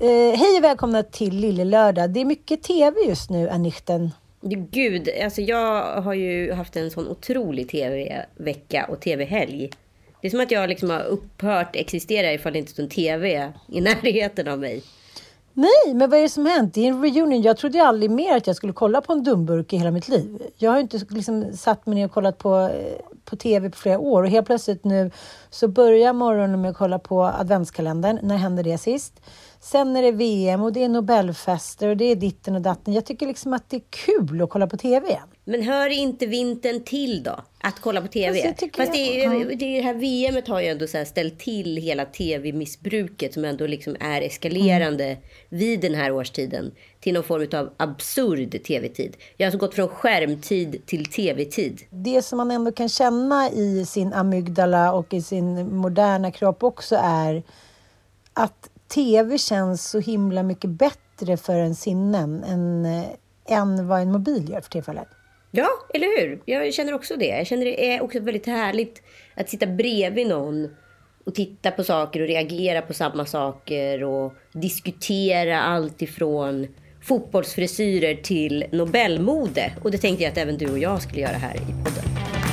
Hej och välkomna till Lille Lördag. Det är mycket tv just nu, Anichten. Gud, alltså jag har ju haft en sån otrolig tv-vecka och tv-helg. Det är som att jag liksom har upphört existera ifall det inte står en tv i närheten av mig. Nej, men vad är det som hänt? Det är en reunion. Jag trodde aldrig mer att jag skulle kolla på en dumburk i hela mitt liv. Jag har inte liksom satt mig ner och kollat på tv på flera år. Och helt plötsligt nu så börjar morgonen med att kolla på adventskalendern. När hände det sist? Sen är det VM och det är Nobelfester och det är ditten och datten. Jag tycker liksom att det är kul att kolla på tv igen. Men hör inte vintern till då? Att kolla på tv? Fast det här VMet har ju ändå så här ställt till hela tv-missbruket som ändå liksom är eskalerande vid den här årstiden till någon form av absurd tv-tid. Jag har alltså gått från skärmtid till tv-tid. Det som man ändå kan känna i sin amygdala och i sin moderna kropp också är att tv känns så himla mycket bättre för en sinnen än vad en mobil gör för tillfället. Ja, eller hur? Jag känner också det. Jag känner det är också väldigt härligt att sitta bredvid någon och titta på saker och reagera på samma saker och diskutera allt ifrån fotbollsfrisyrer till Nobelmode. Och det tänkte jag att även du och jag skulle göra här i podden.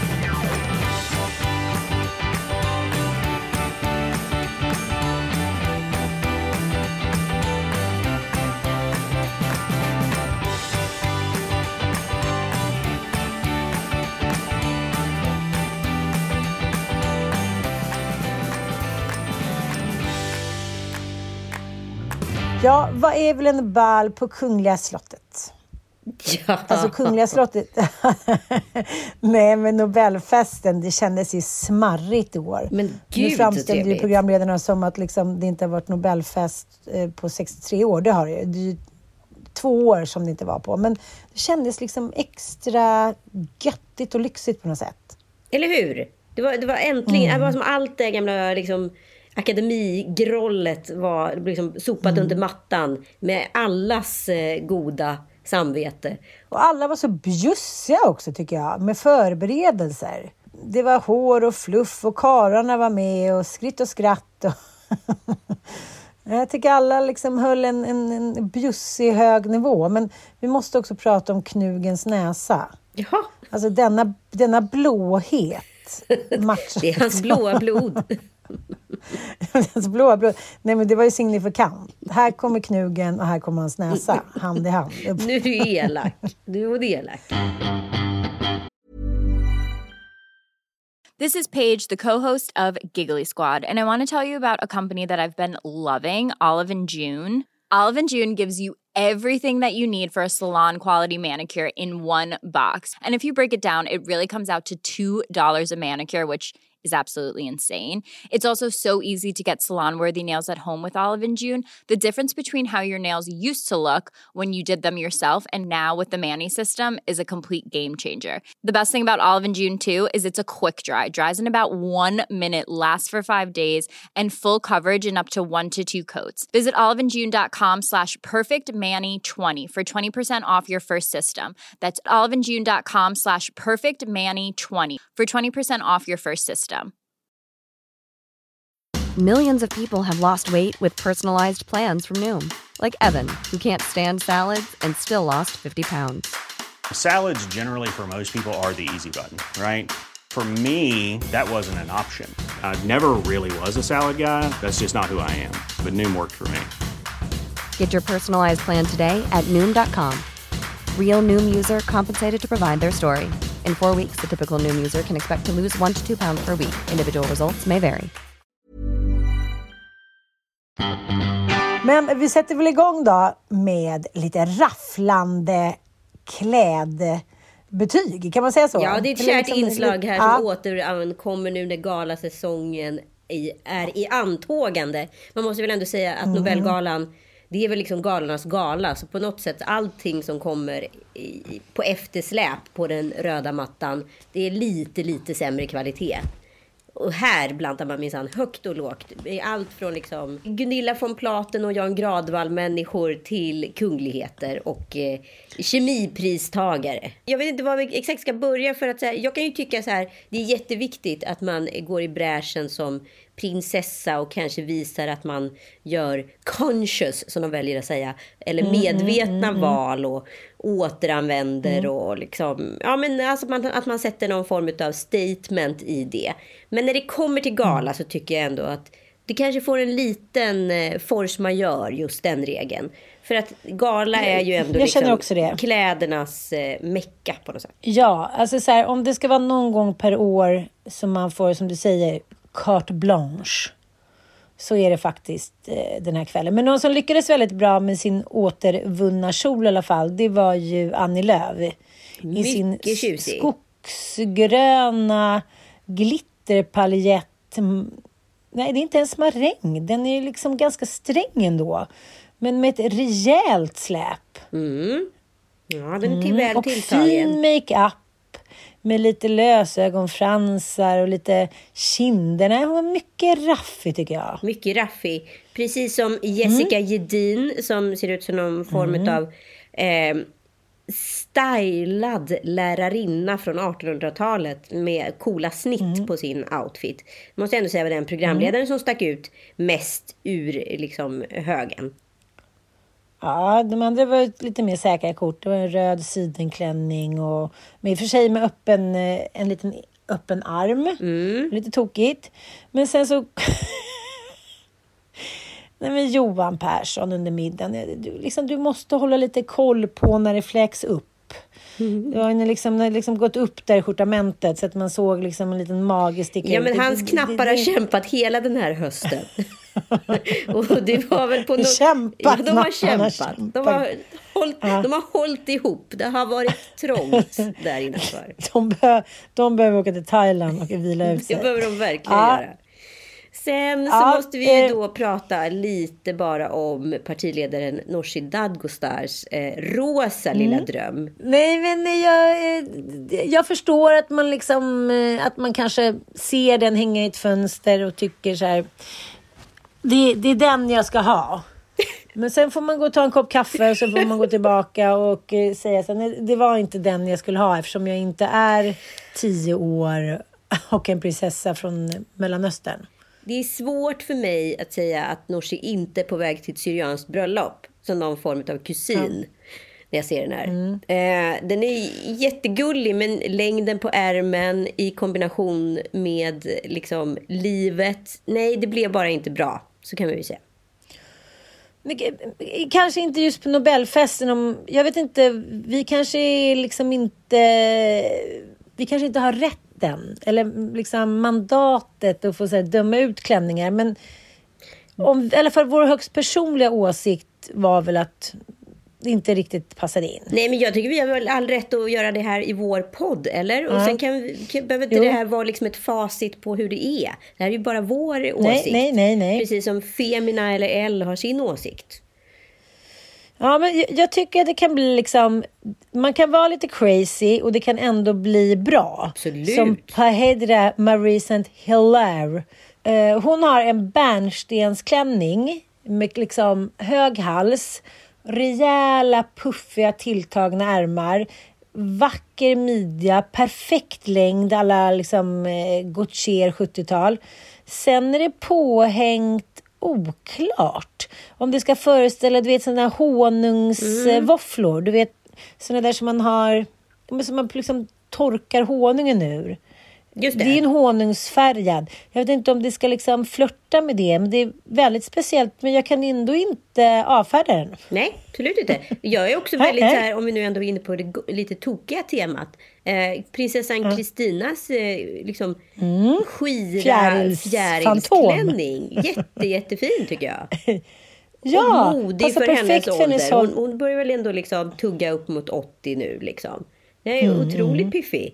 Ja, vad är väl en bal på Kungliga slottet? Ja. Alltså Kungliga slottet. Nej, men Nobelfesten, det kändes ju smarrigt i år. Men gud, nu framställde ju programledarna som att liksom, det inte har varit Nobelfest på 63 år. Det har det ju. Det är ju 2 år som det inte var på. Men det kändes liksom extra göttigt och lyxigt på något sätt. Eller hur? Det var äntligen, det var som allt det gamla liksom akademigrollet var liksom sopat under mattan med allas goda samvete. Och alla var så bjussiga också tycker jag, med förberedelser. Det var hår och fluff och kararna var med och skritt och skratt. Och jag tycker alla liksom höll en bjussig hög nivå. Men vi måste också prata om knugens näsa. Jaha. Alltså denna blåhet. Det är hans blåa blod. Nej, men det var ju signifikant. Här kommer knugen och här kommer hans näsa hand i hand. Nu är du elak. Du är elak. This is Paige, the co-host of Giggly Squad, and I want to tell you about a company that I've been loving, Olive & June. Olive & June gives you everything that you need for a salon-quality manicure in one box. And if you break it down, it really comes out to $2 a manicure, which is absolutely insane. It's also so easy to get salon-worthy nails at home with Olive & June. The difference between how your nails used to look when you did them yourself and now with the Mani system is a complete game changer. The best thing about Olive & June too is it's a quick dry. Dries in about 1 minute, lasts for 5 days, and full coverage in up to 1 to 2 coats. Visit oliveandjune.com/perfectmani20 for 20% off your first system. That's oliveandjune.com/perfectmani20 for 20% off your first system. Millions of people have lost weight with personalized plans from Noom. Like Evan, who can't stand salads and still lost 50 pounds. Salads generally for most people are the easy button, right? For me, that wasn't an option. I never really was a salad guy. That's just not who I am. But Noom worked for me. Get your personalized plan today at Noom.com. Real Noom user compensated to provide their story. In 4 weeks, the typical Noom user can expect to lose 1 to 2 pounds per week. Individual results may vary. Men vi sätter väl igång då med lite rafflande klädbetyg. Kan man säga så? Ja, det är ett kärt inslag här som återankommer nu när galasäsongen är i antågande. Man måste väl ändå säga att Nobelgalan, det är väl liksom galornas gala. Så på något sätt allting som kommer på eftersläp på den röda mattan, det är lite sämre kvalitet. Och här blandar man minsann högt och lågt. Allt från liksom Gunilla von Platen och Jan Gradvall-människor till kungligheter och kemipristagare. Jag vet inte var vi exakt ska börja för att säga. Jag kan ju tycka så här, det är jätteviktigt att man går i bräschen som prinsessa och kanske visar att man gör conscious, som de väljer att säga, eller medvetna val och återanvänder och liksom, ja men alltså att man sätter någon form av statement i det. Men när det kommer till gala så tycker jag ändå att det kanske får en liten force majeure, just den regeln. För att gala är ju ändå liksom klädernas mecka på något sätt. Ja, alltså så här, om det ska vara någon gång per år som man får, som du säger, carte blanche, så är det faktiskt den här kvällen. Men någon som lyckades väldigt bra med sin återvunna kjol i alla fall, det var ju Annie Lööf. I sin skogsgröna glitterpaljett. Nej, det är inte en maräng. Den är liksom ganska sträng ändå. Men med ett rejält släp. Ja, den är väl tilltagen. Och fin make-up. Med lite lösögonfransar och lite kinderna. Hon var mycket raffig tycker jag. Mycket raffig. Precis som Jessica Gedin, som ser ut som någon form av stylad lärarinna från 1800-talet med coola snitt på sin outfit. Jag måste ändå säga att den programledaren som stack ut mest ur liksom högen. Ja, de andra var lite mer säkra kort. Det var en röd sidenklänning och med för sig med en liten öppen arm. Lite tokigt. Men sen så nej, men Johan Persson under middagen. Du måste hålla lite koll på när det fläks upp. Det var när liksom gått upp där i skjortamentet så att man såg liksom en liten mage sticka ut. Ja, men hans knappar har kämpat hela den här hösten. Och det var väl på kämpat. De har kämpat. De har hållit ihop. Det har varit trångt där innanför. De behöver åka till Thailand och vila ut sig. Det behöver de verkligen göra. Sen så måste vi ju då prata lite bara om partiledaren Nooshi Dadgostars rosa lilla dröm. Nej, men jag förstår att man liksom att man kanske ser den hänga i ett fönster och tycker så här, det är den jag ska ha. Men sen får man gå och ta en kopp kaffe och så får man gå tillbaka och säga så här, det var inte den jag skulle ha eftersom jag inte är 10 år och en prinsessa från Mellanöstern. Det är svårt för mig att säga att Nooshi inte är på väg till ett syrianskt bröllop som någon form av kusin när jag ser den här. Den är jättegullig, men längden på ärmen i kombination med liksom livet, nej, det blev bara inte bra, så kan man ju säga. Kanske inte just på Nobelfesten. Jag vet inte, vi kanske inte har rätten eller liksom mandatet att få så här, döma ut klänningar, men i alla fall vår högst personliga åsikt var väl att det inte riktigt passade in. Nej, men jag tycker vi har väl all rätt att göra det här i vår podd, eller? Och sen behöver inte det här vara liksom ett facit på hur det är. Det här är ju bara vår åsikt. Nej. Precis som Femina eller Elle har sin åsikt. Ja, men jag tycker att det kan bli liksom, man kan vara lite crazy och det kan ändå bli bra. Absolut. Som Pahedra Marie St. Hilaire. Hon har en bärnstensklänning med liksom hög hals, rejäla puffiga tilltagna ärmar, vacker midja, perfekt längd, alla liksom Gautier 70-tal. Sen är det påhängt oklart om det ska föreställa, du vet, sådana honungsvåfflor, du vet, sådana där som man har, som man liksom torkar honungen ur. Just det. Det är en honungsfärgad. Jag vet inte om det ska liksom flirta med det, men det är väldigt speciellt, men jag kan ändå inte avfärda den. Nej, absolut inte. Jag är också väldigt så här, om vi nu ändå är inne på det lite tokiga temat, prinsessan Kristinas liksom skira fjärilsklänning. Jättefin tycker jag. Ja, och modig för hennes ålder. Hon börjar väl ändå liksom tugga upp mot 80 nu liksom. Det är otroligt piffig.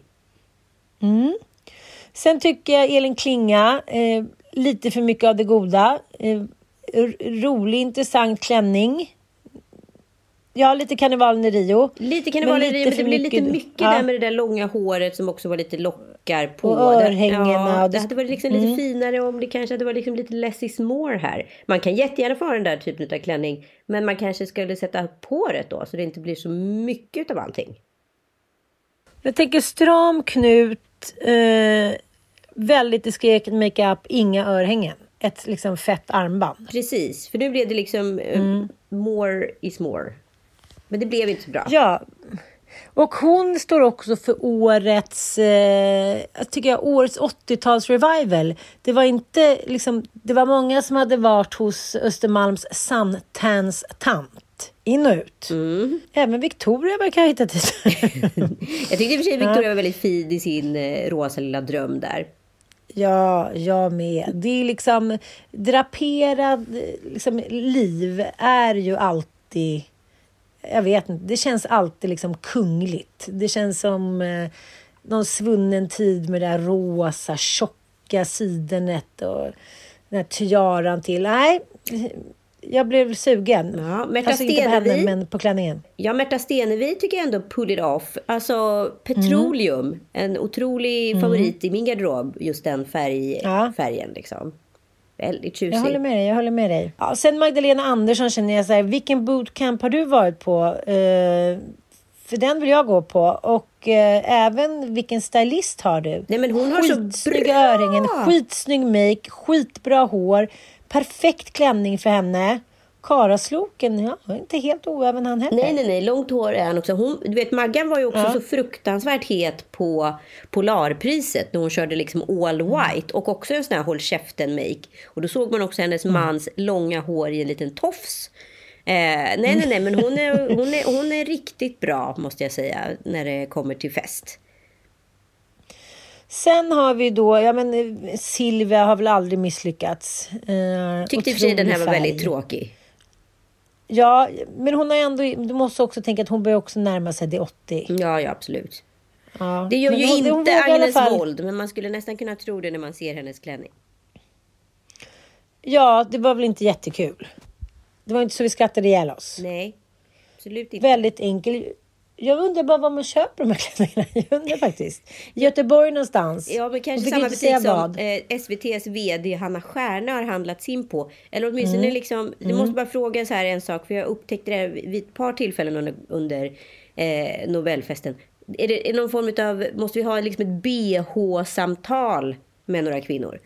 Sen tycker jag Elin Klinga, lite för mycket av det goda. Rolig, intressant klänning. Ja, lite karnevalen i Rio. Lite karnevalen i Rio, men det blir lite mycket där med det där långa håret som också var lite lockar på. Och örhängena. Ja, det hade varit liksom lite finare om det kanske hade varit liksom lite less is more här. Man kan jättegärna få den där typen av klänning, men man kanske skulle sätta på det då så det inte blir så mycket av allting. Jag tänker stram knut, väldigt diskret makeup, inga örhängen. Ett liksom fett armband. Precis, för nu blev det liksom more is more. Men det blev inte så bra. Ja, och hon står också för årets, årets 80-tals revival. Det var inte liksom, det var många som hade varit hos Östermalms Suntans tant. In och ut. Även Victoria verkar ha hittat dit. Jag tyckte i och för sig Victoria var väldigt fin i sin rosa lilla dröm där. Ja, jag med. Det är liksom draperad liksom, liv är ju alltid, jag vet inte, det känns alltid liksom kungligt. Det känns som någon svunnen tid med det där rosa, tjocka sidenet och den här tiaran till. Nej, jag blev sugen. Ja, Märta alltså inte på henne, Stenevi, men på klänningen. Ja, Märta Stenevi tycker jag ändå pull it off. Alltså Petroleum, en otrolig favorit i min garderob. Just den färgen liksom. Väldigt tjusig. Jag håller med dig. Ja, sen Magdalena Andersson känner jag så här, vilken bootcamp har du varit på? För den vill jag gå på. Och även vilken stylist har du? Nej, men hon har skitsnygga örhängen, skitsnygg make, skitbra hår. Perfekt klänning för henne. Karasloken, ja, inte helt oäven han heller. Nej, långt hår är han också. Du vet, Maggan var ju också så fruktansvärt het på Polarpriset när hon körde liksom all white och också en sån här håll käften make. Och då såg man också hennes mans långa hår i en liten tofs. Nej, men hon är riktigt bra, måste jag säga, när det kommer till fest. Sen har vi då, Silvia har väl aldrig misslyckats. Tyckte i och för sig den här var väldigt tråkig. Ja, men hon har ändå, du måste också tänka att hon börjar också närma sig det 80. Ja, absolut. Ja. Det gör men ju hon inte Agnes fall... Wold, men man skulle nästan kunna tro det när man ser hennes klänning. Ja, det var väl inte jättekul. Det var inte så vi skrattade ihjäl oss. Nej, absolut inte. Väldigt enkel. Jag undrar bara vad man köper de här klänningarna. Jag undrar faktiskt. I Göteborg någonstans. Ja, men kanske samma butik som SVT:s vd Hanna Stjärna har handlat sin på. Eller åtminstone liksom, du måste bara fråga så här en sak. För jag upptäckte det vid ett par tillfällen under Nobelfesten. Är det någon form av, måste vi ha liksom ett BH-samtal med några kvinnor?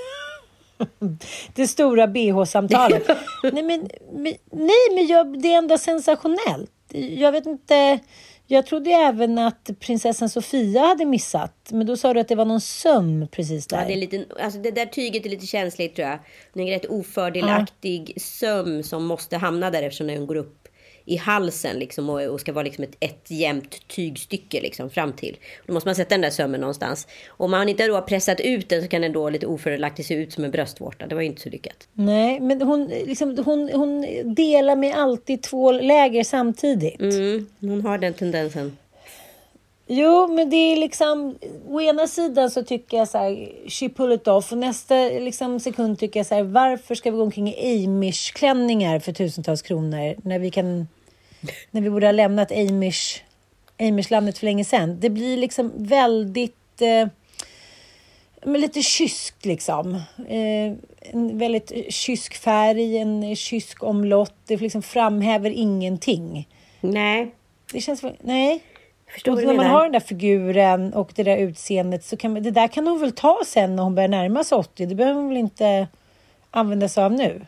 Det stora BH-samtalet. nej, men det är ändå sensationellt. Jag vet inte. Jag trodde även att prinsessan Sofia hade missat. Men då sa du att det var någon söm precis där. Ja, det är lite, alltså det där tyget är lite känsligt, tror jag. Det är en rätt ofördelaktig söm som måste hamna där eftersom den går upp i halsen liksom, och ska vara liksom ett jämnt tygstycke liksom, fram till. Då måste man sätta den där sömmen någonstans. Om man inte då har pressat ut den så kan den då lite ofördelaktigt se ut som en bröstvårta. Det var ju inte så lyckat. Nej, men hon delar med alltid två läger samtidigt. Hon har den tendensen. Jo, men det är liksom, å ena sidan så tycker jag så här, she pull it off, och nästa liksom sekund tycker jag så här, varför ska vi gå omkring i Amish-klänningar för tusentals kronor när vi borde ha lämnat Amish-landet för länge sedan. Det blir liksom väldigt lite kyskt liksom. En väldigt kysk färg, en kysk omlott, det liksom framhäver ingenting. Nej. Det känns, nej. Och när man har den där figuren och det där utseendet så kan det där kan hon väl ta sen när hon börjar närma sig 80. Det behöver hon väl inte använda sig av nu.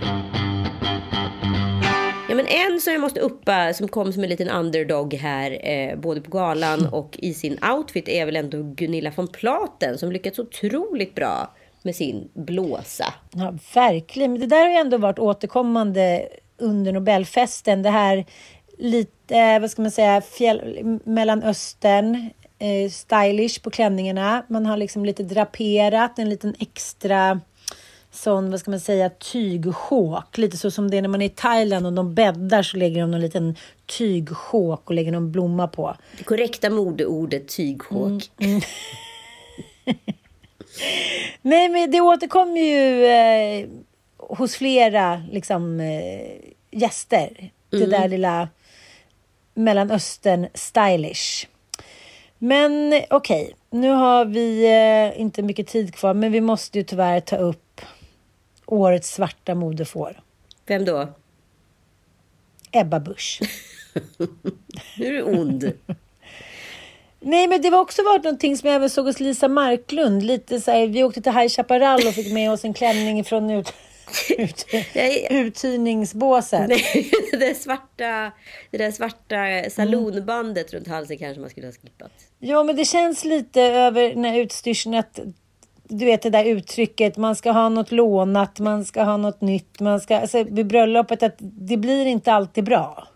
Ja, men en som jag måste uppa som kom som en liten underdog här både på galan och i sin outfit är väl ändå Gunilla von Platen som lyckats otroligt bra med sin blåsa. Ja, verkligen. Men det där har ju ändå varit återkommande under Nobelfesten. Det här lite, vad ska man säga, Mellanöstern, stylish på klänningarna. Man har liksom lite draperat, en liten extra sån, vad ska man säga, tygsjåk. Lite så som det är när man är i Thailand och de bäddar så lägger de någon liten tygsjåk och lägger någon blomma på. Det korrekta modeordet tygsjåk. Nej, men det återkommer ju hos flera liksom gäster. Det där lilla Mellanöstern stylish. Men okej, nu har vi inte mycket tid kvar, men vi måste ju tyvärr ta upp årets svarta modefår. Vem då? Ebba Busch. Nu är du ond. Nej, men det var också varit någonting som jag även såg hos Lisa Marklund. Lite så här, vi åkte till High Chaparral och fick med oss en klänning från uthyrningsbåset. Det där svarta salonbandet runt halsen kanske man skulle ha skippat. Ja, men det känns lite över den här utstyrseln att du vet det där uttrycket, man ska ha något lånat, man ska ha något nytt, man ska, alltså vid bröllopet att det blir inte alltid bra.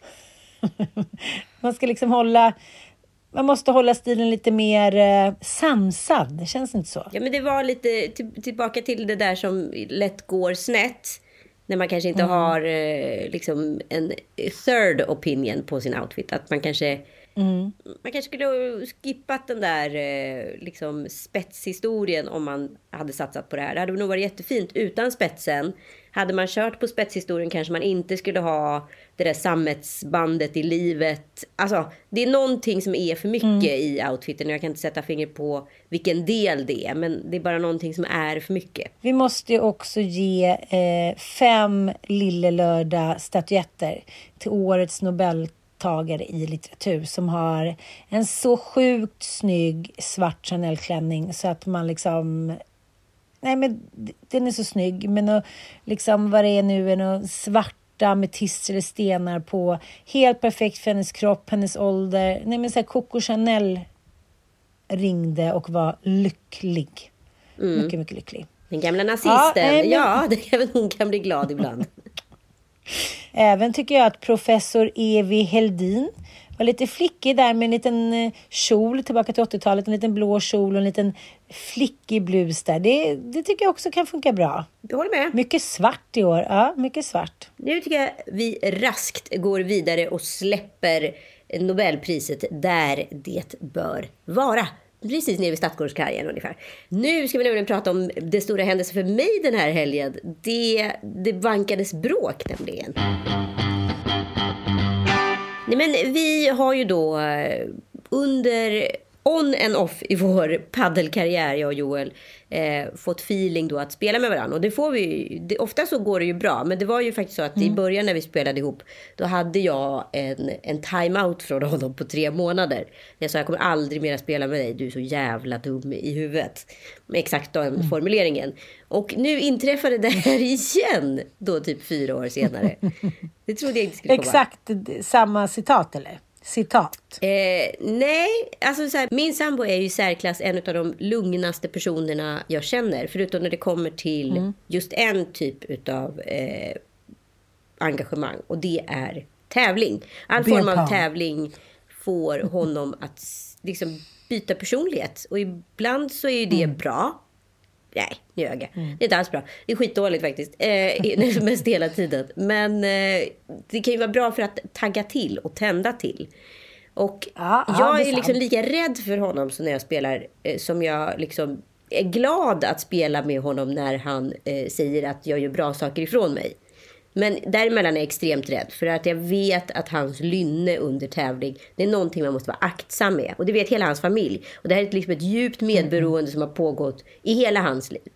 Man ska liksom man måste hålla stilen lite mer sansad, det känns inte så. Ja, men det var lite tillbaka till det där som lätt går snett. När man kanske inte har liksom en third opinion på sin outfit. Att man kanske skulle ha skippat den där liksom spetshistorien om man hade satsat på det här. Det hade nog varit jättefint utan spetsen. Hade man kört på spetshistorien kanske man inte skulle ha det där sammetsbandet i livet. Alltså, det är någonting som är för mycket i outfiten. Jag kan inte sätta finger på vilken del det är. Men det är bara någonting som är för mycket. Vi måste ju också ge 5 Lillelördag-statyetter till årets Nobeltagare i litteratur. Som har en så sjukt snygg svart Chanel-klänning så att man liksom... Nej, men den är så snygg. Men liksom vad det är nu är någon svarta ametyster eller stenar på. Helt perfekt för hennes kropp, hennes ålder. Nej, men så här, Coco Chanel ringde och var lycklig. Mycket, mycket lycklig. Den gamla nazisten. Även hon kan bli glad ibland. Även tycker jag att professor Evi Heldin var lite flickig där med en liten kjol tillbaka till 80-talet. En liten blå kjol och en liten flickig blus där. Det tycker jag också kan funka bra. Jag håller med. Mycket svart i år. Ja, mycket svart. Nu tycker jag vi raskt går vidare och släpper Nobelpriset där det bör vara. Precis nere vid Stadsgårdskajen ungefär. Nu ska vi nämligen prata om det stora händelsen för mig den här helgen. Det vankades bråk nämligen. Nej, men vi har ju då under on and off i vår paddelkarriär, jag och Joel, fått feeling då att spela med varandra. Och det får vi ofta så går det ju bra. Men det var ju faktiskt så att i början när vi spelade ihop, då hade jag en timeout från honom på 3 månader. Jag sa, jag kommer aldrig mer spela med dig, du är så jävla dum i huvudet. Med exakt den formuleringen. Och nu inträffade det här igen då typ 4 år senare. Det trodde jag inte skulle komma. Exakt samma citat eller? Citat. Nej, alltså så här, min sambo är ju i särklass en av de lugnaste personerna jag känner. Förutom när det kommer till just en typ av engagemang. Och det är tävling. All form av tävling får honom att liksom byta personlighet. Och ibland så är ju det bra. Nej, nu ljög jag. Det är inte alls bra. Det är skitdåligt faktiskt. Mest hela tiden. Men det kan ju vara bra för att tagga till och tända till. Och jag är liksom lika rädd för honom som när jag spelar. Som jag liksom är glad att spela med honom när han säger att jag gör bra saker ifrån mig. Men däremellan är jag extremt rädd. För att jag vet att hans lynne under tävling, det är någonting man måste vara aktsam med. Och det vet hela hans familj. Och det här är liksom ett djupt medberoende som har pågått i hela hans liv.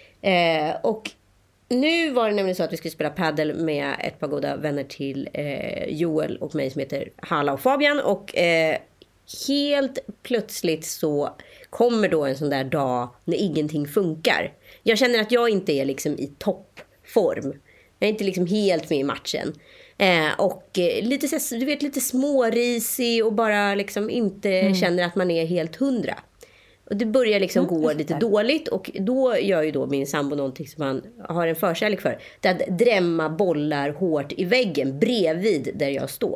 Och nu var det nämligen så att vi skulle spela paddel med ett par goda vänner till Joel och mig som heter Halla och Fabian. Och helt plötsligt så kommer då en sån där dag när ingenting funkar. Jag känner att jag inte är liksom i toppform. Jag är inte liksom helt med i matchen. Och lite, du vet, lite smårisig och bara liksom inte känner att man är helt 100. Och det börjar liksom gå lite dåligt. Och då gör ju då min sambo någonting som han har en förkärlek för. Det är att drämma bollar hårt i väggen bredvid där jag står.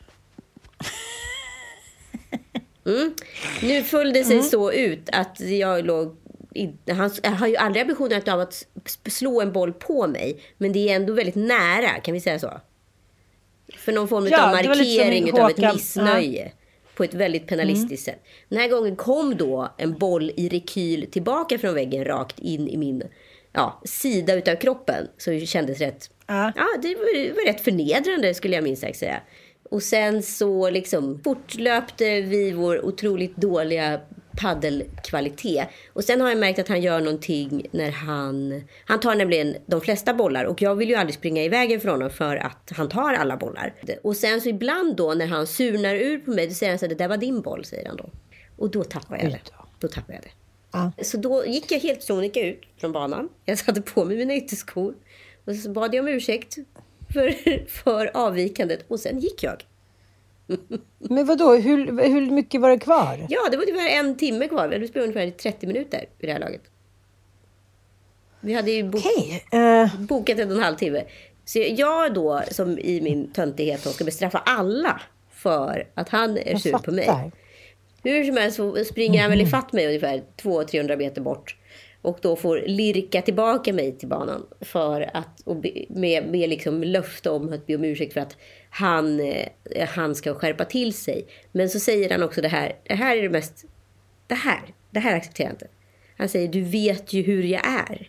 Nu föll det sig så ut att jag låg... Han har ju aldrig ambitionen av att slå en boll på mig. Men det är ändå väldigt nära, kan vi säga så? För någon form av markering av ett missnöje. På ett väldigt penalistiskt sätt. Den här gången kom då en boll i rekyl tillbaka från väggen rakt in i min sida utav kroppen. Så det kändes rätt... Ja, det var rätt förnedrande skulle jag minst sagt säga. Och sen så liksom fortlöpte vi vår otroligt dåliga paddelkvalitet. Och sen har jag märkt att han gör någonting när han tar nämligen de flesta bollar. Och jag vill ju aldrig springa i vägen för honom för att han tar alla bollar. Och sen så ibland då när han surnar ur på mig, då säger han så här, det där var din boll, säger han då. Och då tappar jag det. Så då gick jag helt sonika ut från banan. Jag satte på mig mina ytterskor. Och så bad jag om ursäkt för avvikandet. Och sen gick jag. Men vadå? Hur mycket var det kvar? Ja, det var ungefär 1 timme kvar. Vi spelade ungefär 30 minuter i det här laget. Vi hade ju bokat 1,5 timme. Så jag då, som i min töntighet, ska bestraffa alla för att han är sur på mig. Hur som helst så springer han väl ifatt mig ungefär 200-300 meter bort. Och då får lirka tillbaka mig till banan. För att, med liksom löfte om att be om ursäkt för att han ska skärpa till sig. Men så säger han också det här är det mest... Det här accepterar jag inte. Han säger, du vet ju hur jag är.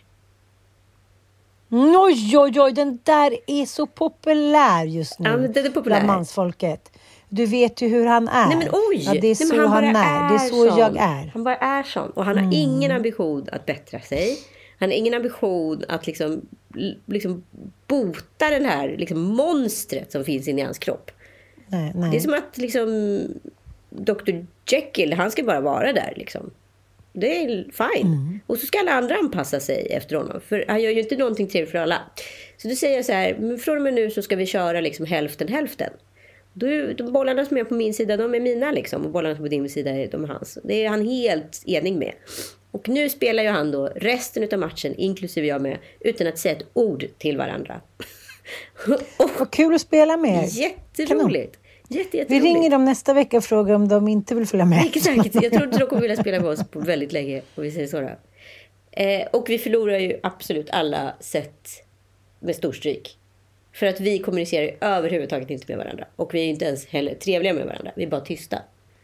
Oj, den där är så populär just nu. Ja, men den är populär. Bland mansfolket. Du vet ju hur han är. Nej, men oj! Ja, det är så han är. Det är så sån. jag är. Han bara är sån. Och han har ingen ambition att bättra sig. Han har ingen ambition att liksom bota den här liksom monstret som finns inne i hans kropp. Nej. Det är som att liksom Dr. Jekyll, han ska bara vara där liksom. Det är fine. Och så ska alla andra anpassa sig efter honom. För han gör ju inte någonting trevligt för alla. Så då säger jag så här, men från och med nu så ska vi köra liksom hälften. De bollarna som är på min sida, de är mina liksom. Och bollarna som är på din sida, de är hans. Det är han helt enig med. Och nu spelar ju han då resten av matchen, inklusive jag med, utan att säga ett ord till varandra. Vad kul att spela med. Jätteroligt. Vi ringer dem nästa vecka och frågar om de inte vill följa med. Exakt, jag tror inte de kommer vilja spela med oss på väldigt länge, om vi säger så då. Och vi förlorar ju absolut alla sätt med storstryk. För att vi kommunicerar överhuvudtaget inte med varandra. Och vi är inte ens heller trevliga med varandra. Vi är bara tysta.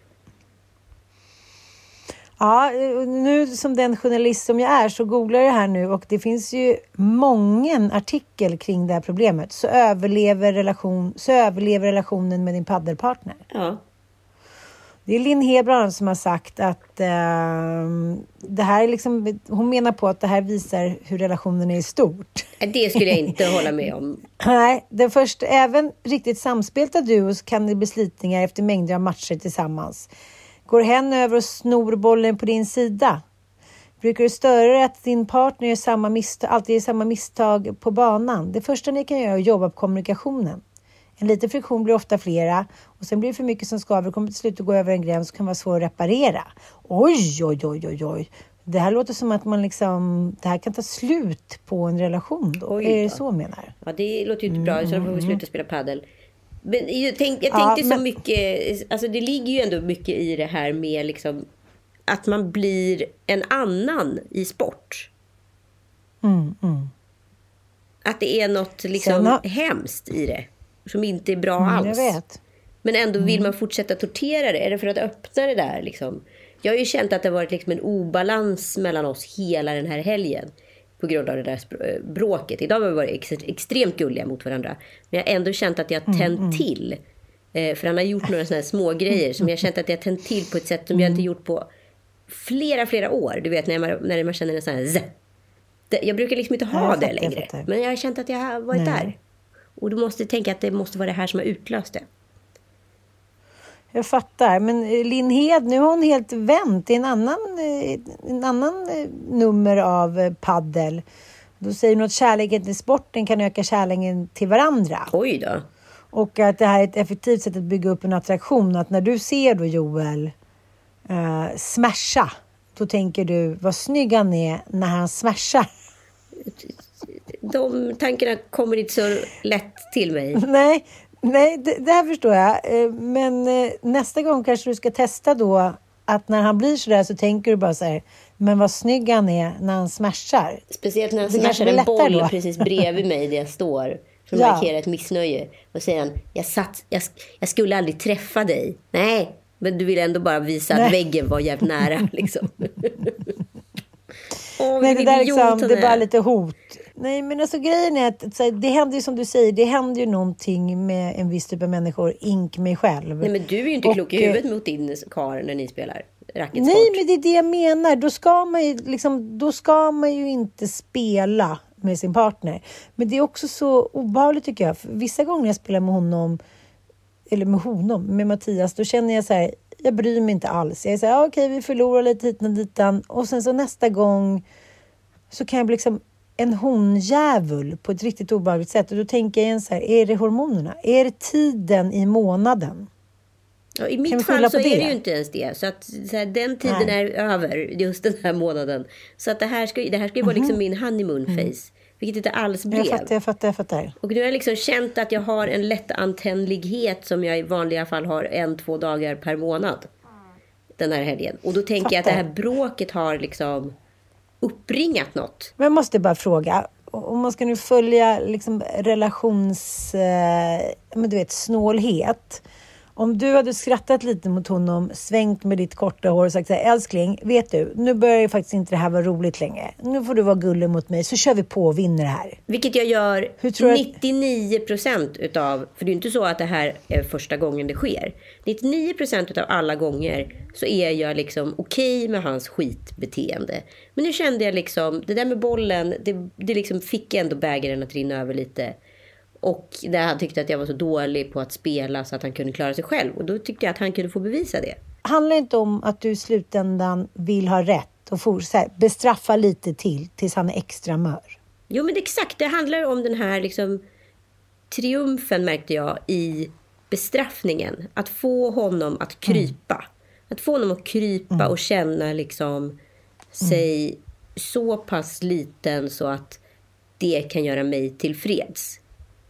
Ja, nu som den journalist som jag är så googlar jag här nu. Och det finns ju många artikel kring det här problemet. Så överlever relationen med din paddelpartner. Ja. Det är Linn Hebrand som har sagt att det här är liksom, hon menar på att det här visar hur relationen är i stort. Det skulle jag inte hålla med om. Nej, den första, även riktigt samspelta duos kan det bli slitningar efter mängder av matcher tillsammans. Går hen över och snor bollen på din sida? Brukar du störa dig att din partner alltid gör samma misstag på banan? Det första ni kan göra är att jobba på kommunikationen. En liten friktion blir ofta flera och sen blir det för mycket som skaver och kommer till slut att gå över en gräns som kan vara svår att reparera. Oj. Det här låter som att det här kan ta slut på en relation då. Är det så menar? Ja, det låter ju inte bra, så då får vi sluta spela paddel. Men jag tänkte så mycket, alltså det ligger ju ändå mycket i det här med liksom att man blir en annan i sport. Att det är något liksom hemskt i det som inte är bra alls. Jag vet. Men ändå vill man fortsätta tortera det. Är det för att öppna det där liksom? Jag har ju känt att det har varit liksom en obalans mellan oss hela den här helgen. På grund av det där bråket. Idag har vi varit extremt gulliga mot varandra. Men jag har ändå känt att jag har tänt till. För han har gjort några sådana här små grejer. Som jag har känt att jag har tänt till på ett sätt som jag inte gjort på flera år. Du vet när man känner en sån här jag brukar liksom inte ha det längre. Men jag har känt att jag har varit där. Och du måste tänka att det måste vara det här som har utlöst det. Jag fattar. Men Linn Hed, nu har hon helt vänt i en annan nummer av paddel. Då säger hon att kärleken till sporten kan öka kärleken till varandra. Oj då. Och att det här är ett effektivt sätt att bygga upp en attraktion. Att när du ser då Joel smasha, då tänker du vad snygg han är när han smashar. De tankarna kommer inte så lätt till mig. Nej, det här förstår jag. Men nästa gång kanske du ska testa då att när han blir sådär så tänker du bara så här, men vad snygg han är när han smashar. Speciellt när han smashar en boll då precis bredvid mig där jag står. För att markera ett missnöje. Och säger han, jag skulle aldrig träffa dig. Nej, men du vill ändå bara visa att väggen var jävligt nära liksom. Nej, det där liksom, det är bara lite hot. Nej, men alltså grejen är att det händer ju som du säger, det händer ju någonting med en viss typ av människor, ink mig själv. Nej, men du är ju inte klok i huvudet mot din karl när ni spelar. racketsport. Nej, men det är det jag menar. Då ska man ju inte spela med sin partner. Men det är också så obehagligt tycker jag. För vissa gånger jag spelar med honom, med Mattias, då känner jag så här, jag bryr mig inte alls. Jag är så här, okej, vi förlorar lite hit och ditan. Och sen så nästa gång så kan jag bli liksom en honjävul på ett riktigt obehagligt sätt. Och då tänker jag igen så här, är det hormonerna? Är det tiden i månaden? Ja, i mitt fall så är det ju inte ens det. Så att den tiden är över just den här månaden. Så att det här ska ju vara liksom min honeymoon face. Vilket inte alls blev. Jag fattar. Och nu har jag liksom känt att jag har en lättantändlighet som jag i vanliga fall har 1-2 dagar per månad. Den här helgen. Och då tänker jag att det här bråket har liksom uppringat något. Men jag måste bara fråga. Om man ska nu följa liksom snålhet. Om du hade skrattat lite mot honom, svängt med ditt korta hår och sagt så här, älskling, vet du, nu börjar ju faktiskt inte det här vara roligt längre. Nu får du vara gullig mot mig, så kör vi på och vinner det här. Vilket jag gör 99% utav, för det är inte så att det här är första gången det sker. 99% utav alla gånger så är jag liksom okej med hans skitbeteende. Men nu kände jag liksom, det där med bollen, det liksom fick ändå bägaren att rinna över lite. Och där han tyckte att jag var så dålig på att spela så att han kunde klara sig själv. Och då tyckte jag att han kunde få bevisa det. Handlar inte om att du i slutändan vill ha rätt och bestraffa lite tills han är extra mör? Jo, men exakt. Det handlar om den här liksom triumfen, märkte jag, i bestraffningen. Att få honom att krypa. Att få honom att krypa och känna liksom sig så pass liten så att det kan göra mig tillfreds.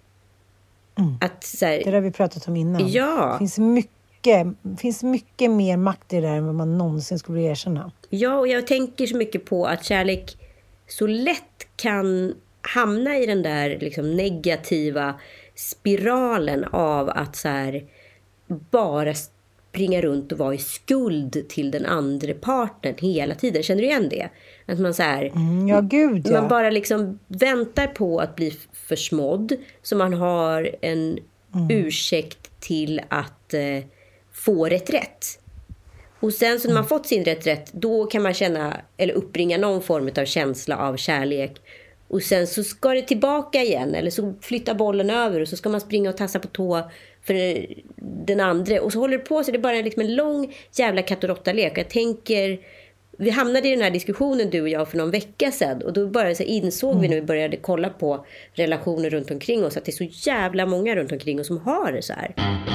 Att, så här, det har vi pratat om innan. Ja. Det finns mycket mer makt i det där än vad man någonsin skulle erkänna. Ja, och jag tänker så mycket på att kärlek så lätt kan hamna i den där liksom negativa spiralen av att så här, bara springa runt och vara i skuld till den andra partnern hela tiden. Känner du igen det? Att man så här, man bara liksom väntar på att bli försmådd, så man har en ursäkt till att få rätt. Och sen så när man fått sin rätt, då kan man känna eller uppbringa någon form av känsla av kärlek. Och sen så ska det tillbaka igen, eller så flyttar bollen över och så ska man springa och tassa på tå för den andra. Och så håller det på sig, det är bara liksom en lång jävla katt och råtta-lek. Jag tänker, vi hamnade i den här diskussionen du och jag för någon vecka sedan. Och då bara så insåg vi när vi började kolla på relationer runt omkring oss att det är så jävla många runt omkring oss som har det så här.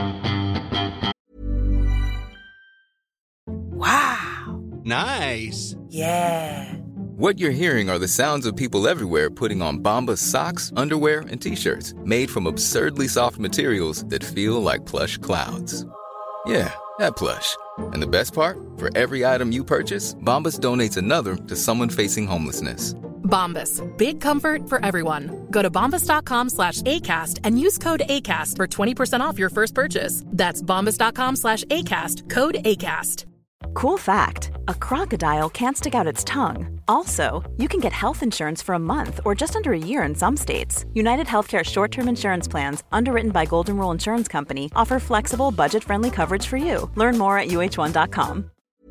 Wow! Nice! Yeah! What you're hearing are the sounds of people everywhere putting on Bombas socks, underwear, and T-shirts made from absurdly soft materials that feel like plush clouds. Yeah, that plush. And the best part? For every item you purchase, Bombas donates another to someone facing homelessness. Bombas. Big comfort for everyone. Go to bombas.com/ACAST and use code ACAST for 20% off your first purchase. That's bombas.com/ACAST. Code ACAST. Cool fact, a crocodile can't stick out its tongue. Also, you can get health insurance for a month or just under a year in some states. United Healthcare short-term insurance plans, underwritten by Golden Rule Insurance Company, offer flexible, budget-friendly coverage for you. Learn more at uh1.com.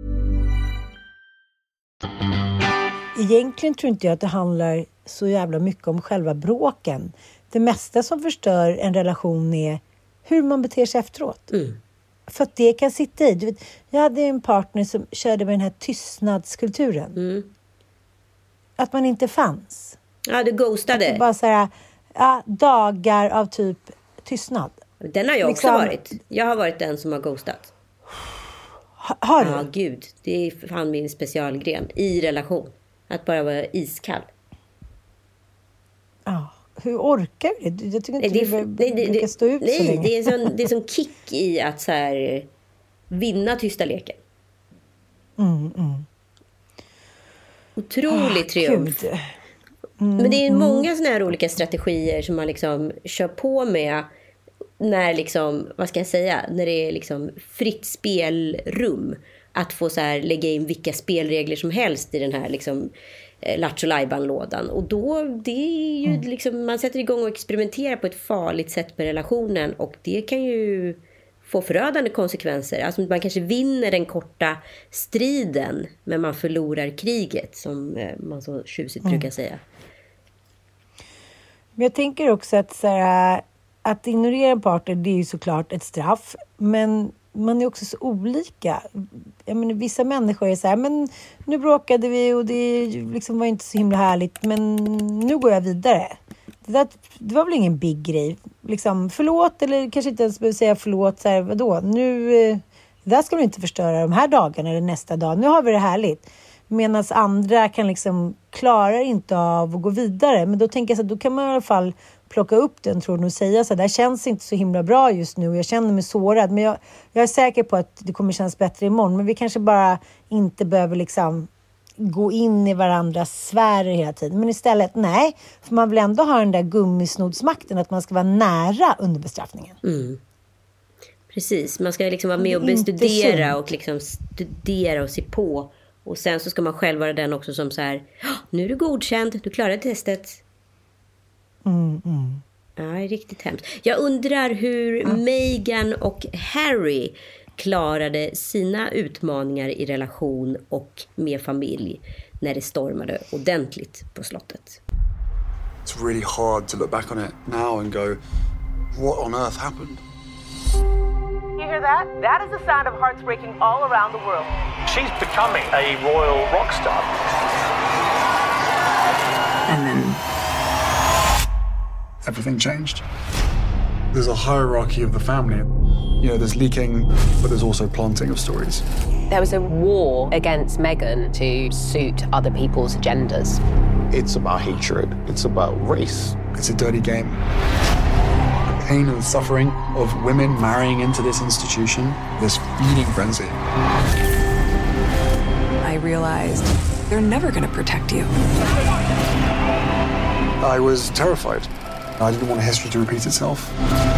Egentligen tror inte jag att det handlar så jävla mycket om själva bråken. Det mesta som förstör en relation är hur man beter sig efteråt. För att det kan sitta i. Du vet, jag hade en partner som körde med den här tystnadskulturen. Att man inte fanns. Ja, du ghostade. Bara så här, dagar av typ tystnad. Den har jag också varit. Jag har varit den som har ghostat. Har du? Ja, gud. Det är fan min specialgren i relation. Att bara vara iskall. Ja. Hur orkar du? Jag tycker inte du brukar stå ut så länge. Det är sån kick i att så här, vinna tysta leken. Otrolig triumf. Men det är många såna här olika strategier som man liksom kör på med när liksom, vad ska jag säga, när det är liksom fritt spelrum. Att få så här lägga in vilka spelregler som helst i den här liksom Lattjo Lajban-lådan. Och då, det är ju liksom, man sätter igång och experimenterar på ett farligt sätt med relationen. Och det kan ju få förödande konsekvenser. Alltså man kanske vinner den korta striden, men man förlorar kriget, som man så tjusigt brukar säga. Men jag tänker också att så här, att ignorera en partner, det är ju såklart ett straff, men man är också så olika. Jag menar, vissa människor är så här, men nu bråkade vi och det liksom var inte så himla härligt, men nu går jag vidare. Det var väl ingen big grej. Liksom, förlåt, eller kanske inte ens behöver säga förlåt. Så här, vadå? Nu, det där ska du inte förstöra de här dagarna eller nästa dag. Nu har vi det härligt. Medan andra kan liksom klarar inte av att gå vidare. Men då tänker jag så att då kan man i alla fall plocka upp den tråden och säga så här, det här känns inte så himla bra just nu och jag känner mig sårad. Men jag är säker på att det kommer kännas bättre imorgon. Men vi kanske bara inte behöver liksom gå in i varandras sfärer hela tiden. Men istället, nej. För man vill ändå ha den där gummisnodsmakten, att man ska vara nära under bestraffningen. Precis, man ska liksom vara med och bestudera och liksom studera och se på. Och sen så ska man själv vara den också som så här, nu är du godkänd, du klarade testet. Ja, det är riktigt hemskt. Jag undrar hur Meghan och Harry klarade sina utmaningar i relation och med familj när det stormade ordentligt på slottet. It's really hard to look back on it now and go, what on earth happened? You hear that? That is the sound of hearts breaking all around the world. She's becoming a royal rock star. And then everything changed. There's a hierarchy of the family. You know, there's leaking, but there's also planting of stories. There was a war against Meghan to suit other people's agendas. It's about hatred. It's about race. It's a dirty game. The pain and suffering of women marrying into this institution, this feeding frenzy. I realized they're never going to protect you. I was terrified. I didn't want history to repeat itself.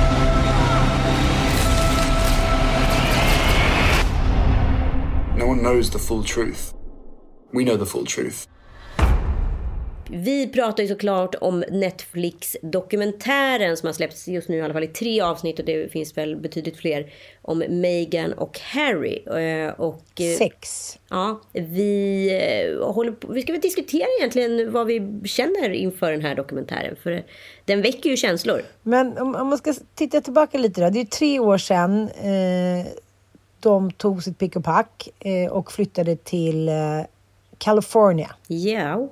No one knows the full truth. We know the full truth. Vi pratar ju såklart om Netflix-dokumentären som har släppts just nu i alla fall i 3 avsnitt, och det finns väl betydligt fler, om Meghan och Harry. Och 6. Ja, vi ska väl diskutera egentligen vad vi känner inför den här dokumentären, för den väcker ju känslor. Men om man ska titta tillbaka lite då, det är 3 år sedan de tog sitt pick och pack och flyttade till California. Ja.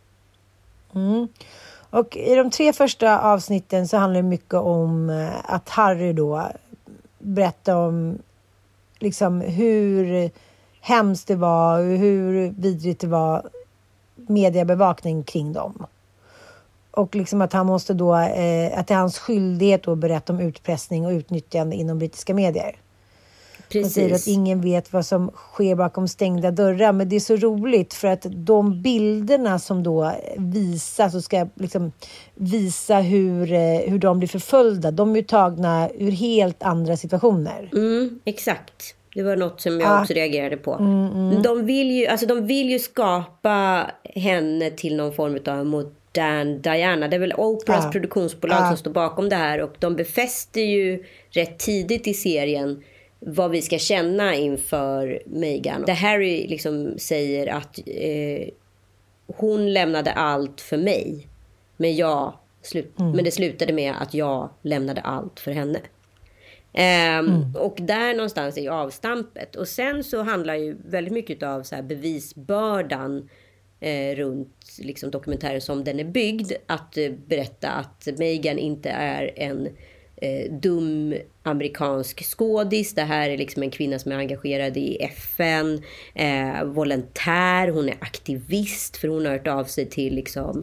Och i de 3 första avsnitten så handlar det mycket om att Harry då berättar om liksom hur hemskt det var och hur vidrigt det var mediebevakning kring dem. Och liksom att han måste då, att det är hans skyldighet att berätta om utpressning och utnyttjande inom brittiska medier. Precis. Och säger att ingen vet vad som sker bakom stängda dörrar. Men det är så roligt för att de bilderna som då visas och ska liksom visa hur de blir förföljda, de är ju tagna ur helt andra situationer. Exakt. Det var något som jag också reagerade på. De vill ju skapa henne till någon form av modern Diana. Det är väl Oprahs produktionsbolag som står bakom det här. Och de befäster ju rätt tidigt i serien vad vi ska känna inför Meghan. Där Harry liksom säger att hon lämnade allt för mig. Men det slutade med att jag lämnade allt för henne. Och där någonstans är ju avstampet. Och sen så handlar ju väldigt mycket av så här bevisbördan runt liksom dokumentären som den är byggd. Att berätta att Meghan inte är en dum amerikansk skådis. Det här är liksom en kvinna som är engagerad i FN, volontär, hon är aktivist, för hon har hört av sig till liksom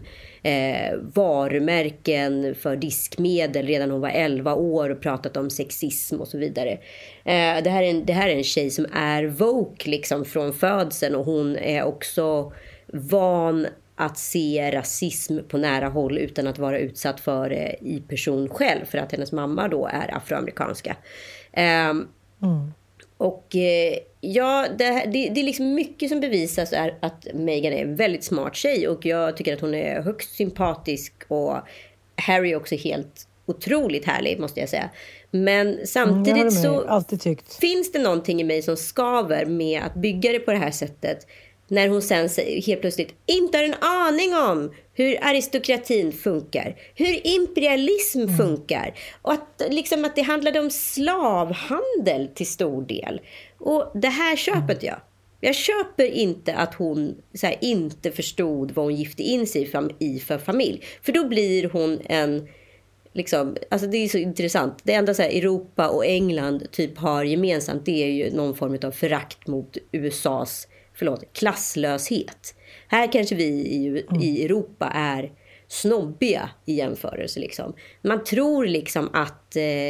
varumärken för diskmedel redan hon var 11 år och pratat om sexism och så vidare. Det här är en tjej som är woke liksom från födseln, och hon är också van att se rasism på nära håll utan att vara utsatt för det i person själv, för att hennes mamma då är afroamerikanska. Och ja, det är liksom mycket som bevisas är att Meghan är en väldigt smart tjej, och jag tycker att hon är högst sympatisk, och Harry är också helt otroligt härlig, måste jag säga. Men samtidigt så alltid tyckt. Finns det någonting i mig som skaver med att bygga det på det här sättet. När hon sen helt plötsligt inte har en aning om hur aristokratin funkar. Hur imperialism funkar. Och att det handlade om slavhandel till stor del. Och det här köpet jag. Jag köper inte att hon inte förstod vad hon gifte in sig i för familj. För då blir hon en... alltså det är så intressant. Det enda Europa och England typ har gemensamt, det är ju någon form av förakt mot USAs klasslöshet. Här kanske vi i Europa är snobbiga i jämförelse Man tror att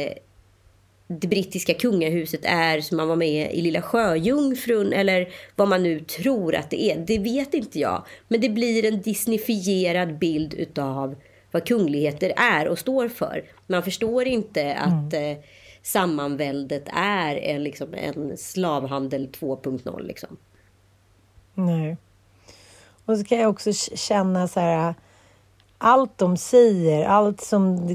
det brittiska kungahuset är som man var med i Lilla Sjöjungfrun, eller vad man nu tror att det är. Det vet inte jag. Men det blir en disneyfierad bild utav vad kungligheter är och står för. Man förstår inte att sammanväldet är en slavhandel 2.0 Nej. Och så kan jag också känna allt de säger, allt som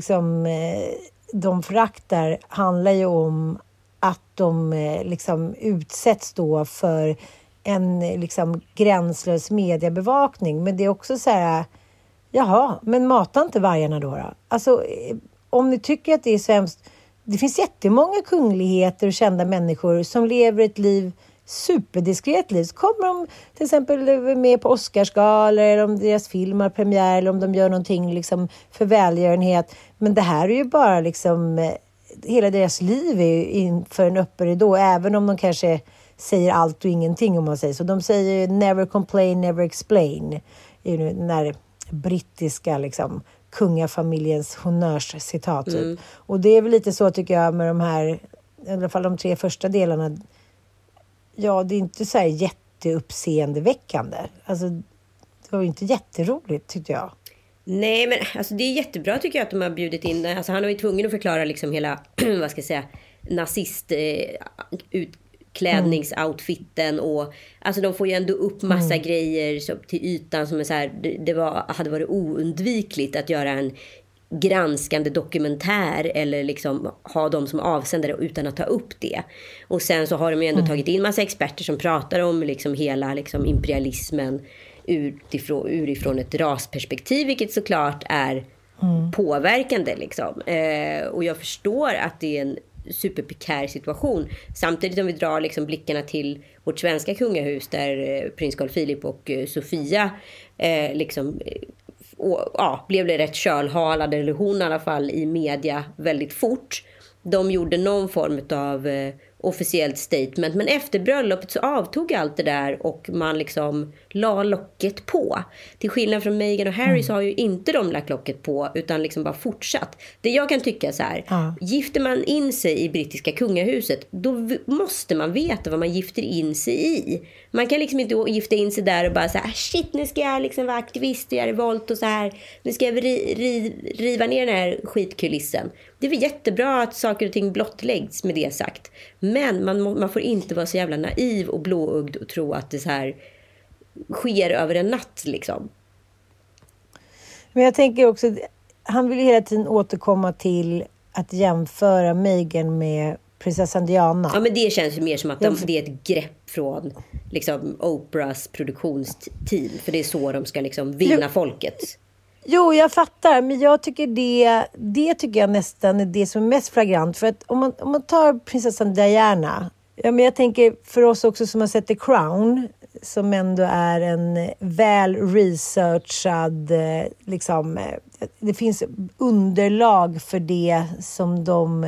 de föraktar handlar ju om att de utsätts då för en gränslös mediebevakning. Men det är också jaha, men mata inte vargarna då. Alltså, om ni tycker att det är så hemskt, det finns jättemånga kungligheter och kända människor som lever ett liv, superdiskret liv. Så kommer de till exempel med på Oscarsgalan, eller om deras film har premiär, eller om de gör någonting för välgörenhet. Men det här är ju bara hela deras liv är inför en öppen ridå, även om de kanske säger allt och ingenting, om man säger så. De säger never complain, never explain. När brittiska kungafamiljens honnörscitat typ. Och det är väl lite så, tycker jag, med de här, i alla fall de 3 första delarna. Ja, det är inte så här jätteuppseendeväckande. Alltså, det var ju inte jätteroligt, tyckte jag. Nej, men det är jättebra, tycker jag, att de har bjudit in. Alltså, han var ju tvungen att förklara hela, vad ska jag säga, nazist utklädningsoutfitten, och alltså de får ju ändå upp massa grejer till ytan som är hade varit oundvikligt att göra en granskande dokumentär eller ha dem som avsändare utan att ta upp det. Och sen så har de ju ändå tagit in massa experter som pratar om hela imperialismen urifrån ett rasperspektiv, vilket såklart är påverkande och jag förstår att det är en superprekär situation. Samtidigt, om vi drar blickarna till vårt svenska kungahus, där prins Carl Philip och Sofia blev det rätt kölhalade, eller hon i alla fall, i media väldigt fort. De gjorde någon form av officiellt statement, men efter bröllopet så avtog allt det där och man la locket på. Till skillnad från Meghan och Harry så har ju inte de lagt locket på, utan bara fortsatt. Det jag kan tycka gifter man in sig i brittiska kungahuset, då måste man veta vad man gifter in sig i. Man kan inte gifta in sig där och bara shit, nu ska jag vara aktivist och göra revolt och nu ska jag riva ner den här skitkulissen. Det är väl jättebra att saker och ting blottläggs, med det sagt. Men man får inte vara så jävla naiv och blåögd och tro att det sker över en natt Men jag tänker också, han vill hela tiden återkomma till att jämföra Meghan med prinsessan Diana. Ja, men det känns ju mer som att det är ett grepp från Oprahs produktionsteam. För det är så de ska vinna folket. Jo, jag fattar. Men jag tycker det tycker jag nästan är det som är mest flagrant. För att om man tar prinsessan Diana. Ja, men jag tänker för oss också som har sett The Crown, som ändå är en väl researchad, det finns underlag för det som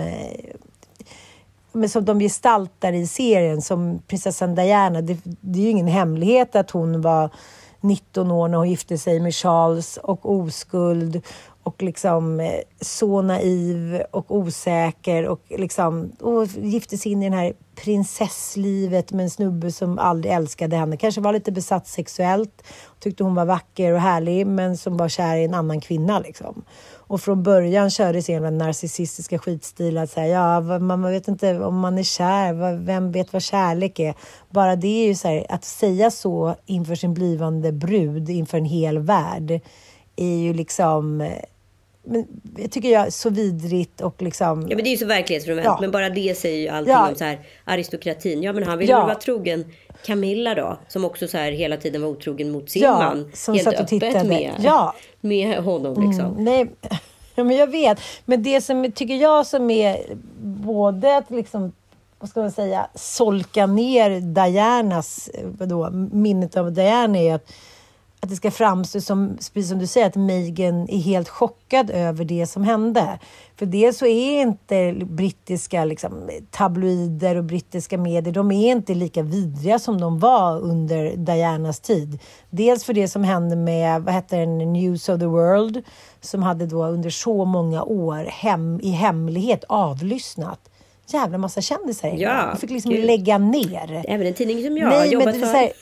de gestaltar i serien, som prinsessan Diana. Det är ju ingen hemlighet att hon var 19 år när hon gifte sig med Charles, och oskuld och så naiv och osäker och gifte sig in i den här prinsesslivet med en snubbe som aldrig älskade henne. Kanske var lite besatt sexuellt, tyckte hon var vacker och härlig, men som var kär i en annan kvinna Och från början körde sin den narcissistiska skitstil att säga, man vet inte om man är kär, vem vet vad kärlek är. Bara det är ju att säga så inför sin blivande brud, inför en hel värld, är ju men jag tycker jag är så vidrigt och liksom... Ja, men det är ju så verklighetsfrånvänt. Ja. Men bara det säger ju allting om så här aristokratin. Ja, men han ville vara trogen Camilla då. Som också så här hela tiden var otrogen mot sin man. Som helt satt och tittade. Med honom liksom. Nej, ja, men jag vet. Men det som tycker jag som är både att liksom, vad ska man säga, solka ner Dianas, minnet av Diana är att det ska framstå som, precis som du säger, att Meghan är helt chockad över det som hände. För det så är inte brittiska liksom, tabloider och brittiska medier, de är inte lika vidriga som de var under Dianas tid. Dels för det som hände med, News of the World, som hade då under så många år i hemlighet avlyssnat jävla massa kändisar. Ja, de fick liksom lägga ner. Även en tidning som jag har jobbat för.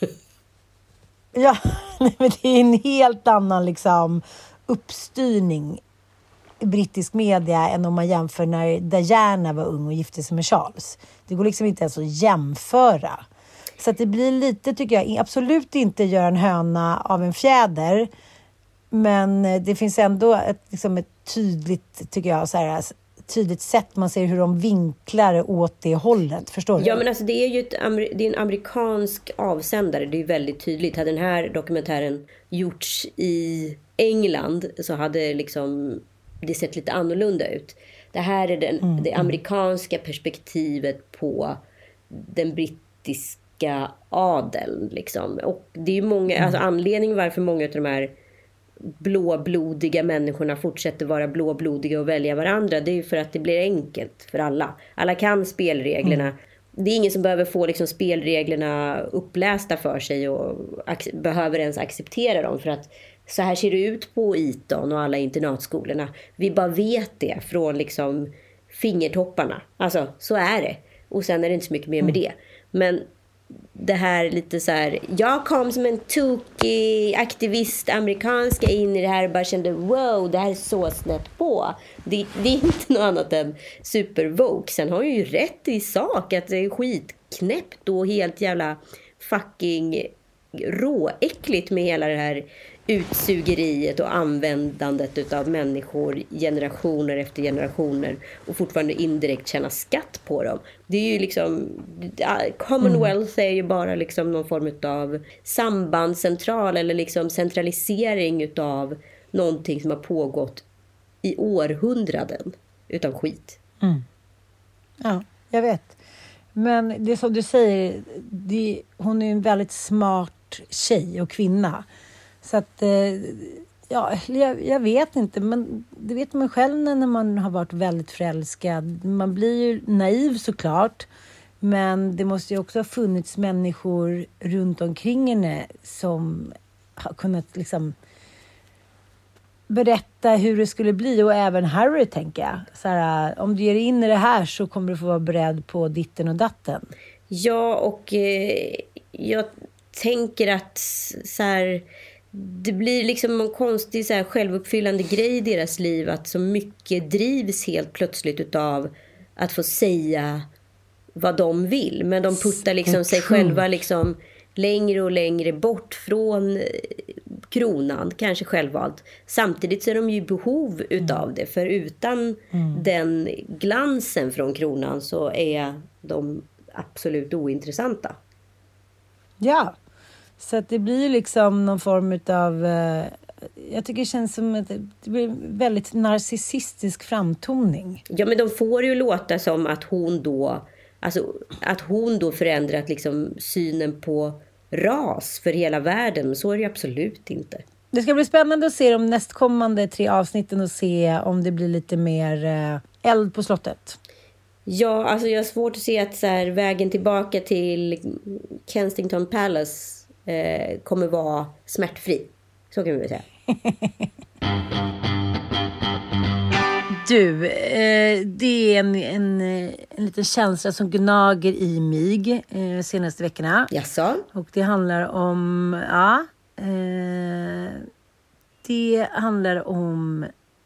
Ja, men det är en helt annan liksom, uppstyrning i brittisk media än om man jämför när Diana var ung och gifte sig med Charles. Det går liksom inte ens att jämföra. Så att det blir lite, tycker jag, absolut inte göra en höna av en fjäder. Men det finns ändå ett tydligt, tycker jag, så här, tydligt sätt man ser hur de vinklar åt det hållet, förstår du? Ja, men alltså det är ju det är en amerikansk avsändare, det är ju väldigt tydligt. Hade den här dokumentären gjorts i England så hade liksom det sett lite annorlunda ut. Det här är det amerikanska perspektivet på den brittiska adeln liksom. Och det är ju många, alltså anledningen varför många av de här blåblodiga människorna fortsätter vara blåblodiga och välja varandra, det är ju för att det blir enkelt för alla. Alla kan spelreglerna. Det är ingen som behöver få liksom spelreglerna upplästa för sig och behöver ens acceptera dem, för att så här ser det ut på Eton och alla internatskolorna. Vi bara vet det från liksom fingertopparna. Alltså, så är det. Och sen är det inte så mycket mer med det. Men det här lite så här, jag kom som en tokig aktivist amerikanska in i det här och bara kände wow, det här är så snett på. Det är inte något annat än supervoke. Sen har ju rätt i sak att det är skitknäppt och helt jävla fucking råäckligt med hela det här utsugeriet och användandet utav människor generationer efter generationer och fortfarande indirekt tjäna skatt på dem. Det är ju liksom Commonwealth är ju bara liksom någon form utav sambandscentral eller liksom centralisering utav någonting som har pågått i århundraden utav skit. Ja, jag vet. Men det som du säger, hon är en väldigt smart tjej och kvinna. Så att, ja, jag vet inte, men det vet man själv när man har varit väldigt förälskad. Man blir ju naiv såklart, men det måste ju också ha funnits människor runt omkring henne som har kunnat liksom berätta hur det skulle bli, och även Harry, tänker jag. Så här, om du ger in i det här så kommer du få vara beredd på ditten och datten. Ja, och jag tänker att så här, det blir liksom en konstig så här självuppfyllande grej i deras liv, att så mycket drivs helt plötsligt utav att få säga vad de vill, men de puttar liksom sig själva liksom längre och längre bort från kronan, kanske självvalt. Samtidigt så är de ju i behov utav det, för utan den glansen från kronan så är de absolut ointressanta. Ja, så att det blir liksom någon form utav, jag tycker det känns som att det blir väldigt narcissistisk framtoning. Ja, men de får ju låta som att hon då förändrat liksom synen på ras för hela världen, men så är det absolut inte. Det ska bli spännande att se de nästkommande 3 avsnitten och se om det blir lite mer eld på slottet. Ja, alltså jag har svårt att se att så här, vägen tillbaka till Kensington Palace kommer vara smärtfri. Så kan vi väl säga. Du, det är en liten känsla som gnager i mig senaste veckorna. Jaså? Och det handlar om, det handlar om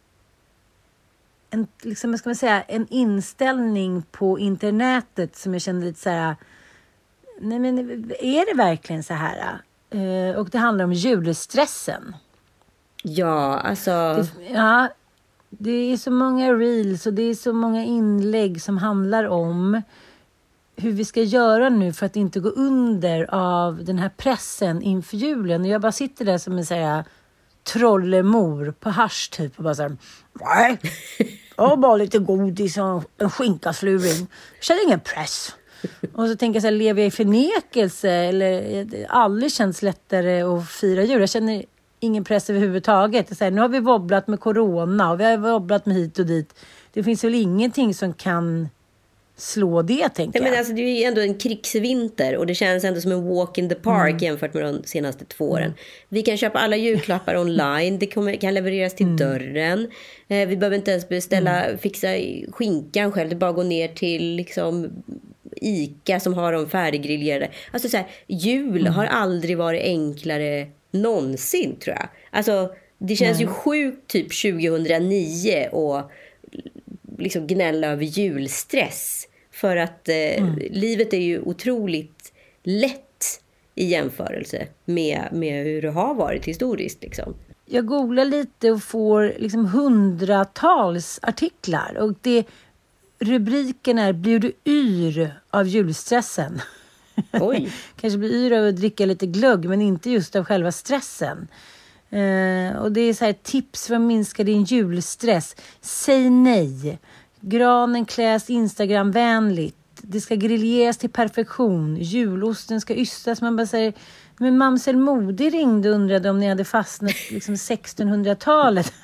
en, liksom, vad ska man säga, en inställning på internetet som jag kände lite så här, nej men är det verkligen så här? Och det handlar om julstressen. Ja, alltså... Det är så många reels och det är så många inlägg som handlar om hur vi ska göra nu för att inte gå under av den här pressen inför julen. Och jag bara sitter där som en så här trollemor på hasch typ och bara så här, nej, jag bara lite godis och en skinkasluring. Jag känner ingen press. Och så tänker jag så här, lever jag i förnekelse eller aldrig känns lättare att fira jul? Jag känner ingen press överhuvudtaget. Så här, nu har vi wobblat med corona och vi har wobblat med hit och dit. Det finns väl ingenting som kan slå det, tänker jag. Men alltså, det är ju ändå en krigsvinter och det känns ändå som en walk in the park jämfört med de senaste 2 åren. Vi kan köpa alla julklappar online. Det kan levereras till dörren. Vi behöver inte ens fixa skinkan själv. Det bara gå ner till liksom Ica som har de färdiggriljerade. Alltså så här, jul har aldrig varit enklare någonsin, tror jag. Alltså det känns ju sjukt typ 2009 och liksom gnälla över julstress. För att livet är ju otroligt lätt i jämförelse med hur det har varit historiskt. Liksom. Jag googlar lite och får liksom hundratals artiklar. Och rubriken är: blir du yr av julstressen? Oj. Kanske blir yr av att dricka lite glögg, men inte just av själva stressen. Och det är så här tips för att minska din julstress. Säg nej. Granen kläs Instagramvänligt. Det ska griljeras till perfektion. Julosten ska ystas. Man bara säger, men Mamsel Modig ringde och undrade om ni hade fastnat liksom 1600-talet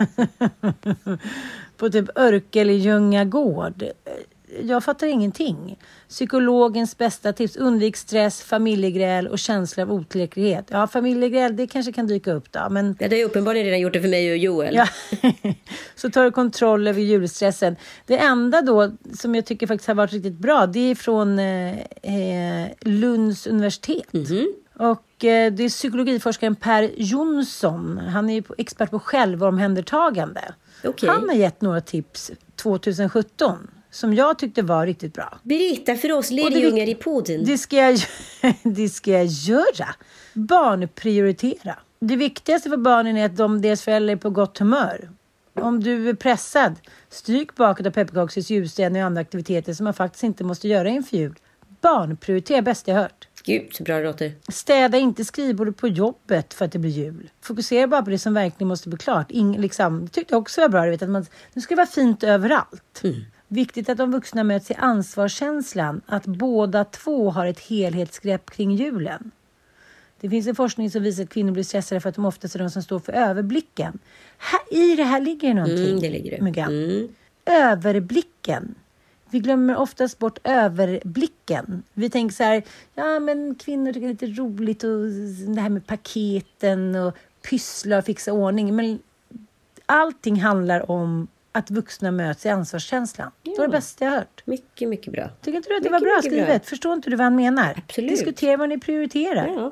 på typ Örkel i Ljungagård. Jag fattar ingenting. Psykologens bästa tips: undvik stress, familjegräl och känsla av otillräcklighet. Ja, familjegräl, det kanske kan dyka upp då. Men ja, det har ju uppenbarligen redan gjort det för mig och Joel. Ja. Så tar du kontroll över julstressen. Det enda då som jag tycker faktiskt har varit riktigt bra, det är från Lunds universitet. Och det är psykologiforskaren Per Jonsson. Han är ju expert på självomhändertagande. Okay. Han har gett några tips 2017 som jag tyckte var riktigt bra. Berätta för oss lärjungar i podden. Det ska jag göra. Barnprioritera. Det viktigaste för barnen är att deras föräldrar är på gott humör. Om du är pressad, stryk baket av pepparkakshus, ljusstäder och andra aktiviteter som man faktiskt inte måste göra inför jul. Barnprioritera, bäst jag hört. Gud, så bra det låter. Städa inte skrivbordet på jobbet för att det blir jul. Fokusera bara på det som verkligen måste bli klart. Det tyckte jag också var bra. Att nu ska det vara fint överallt. Viktigt att de vuxna möts i ansvarskänslan. Att båda två har ett helhetsgrepp kring julen. Det finns en forskning som visar att kvinnor blir stressade för att de oftast är de som står för överblicken. I det här ligger någonting. Det ligger det. Överblicken. Vi glömmer oftast bort överblicken. Vi tänker så här, ja men kvinnor tycker det är lite roligt och det här med paketen och pyssla och fixa ordning. Men allting handlar om att vuxna möts i ansvarskänslan. Ja. Det var det bästa jag hört. Mycket, mycket bra. Tycker inte du att det var bra skrivet? Bra. Förstår inte du vad han menar? Absolut. Diskutera vad ni prioriterar. Ja.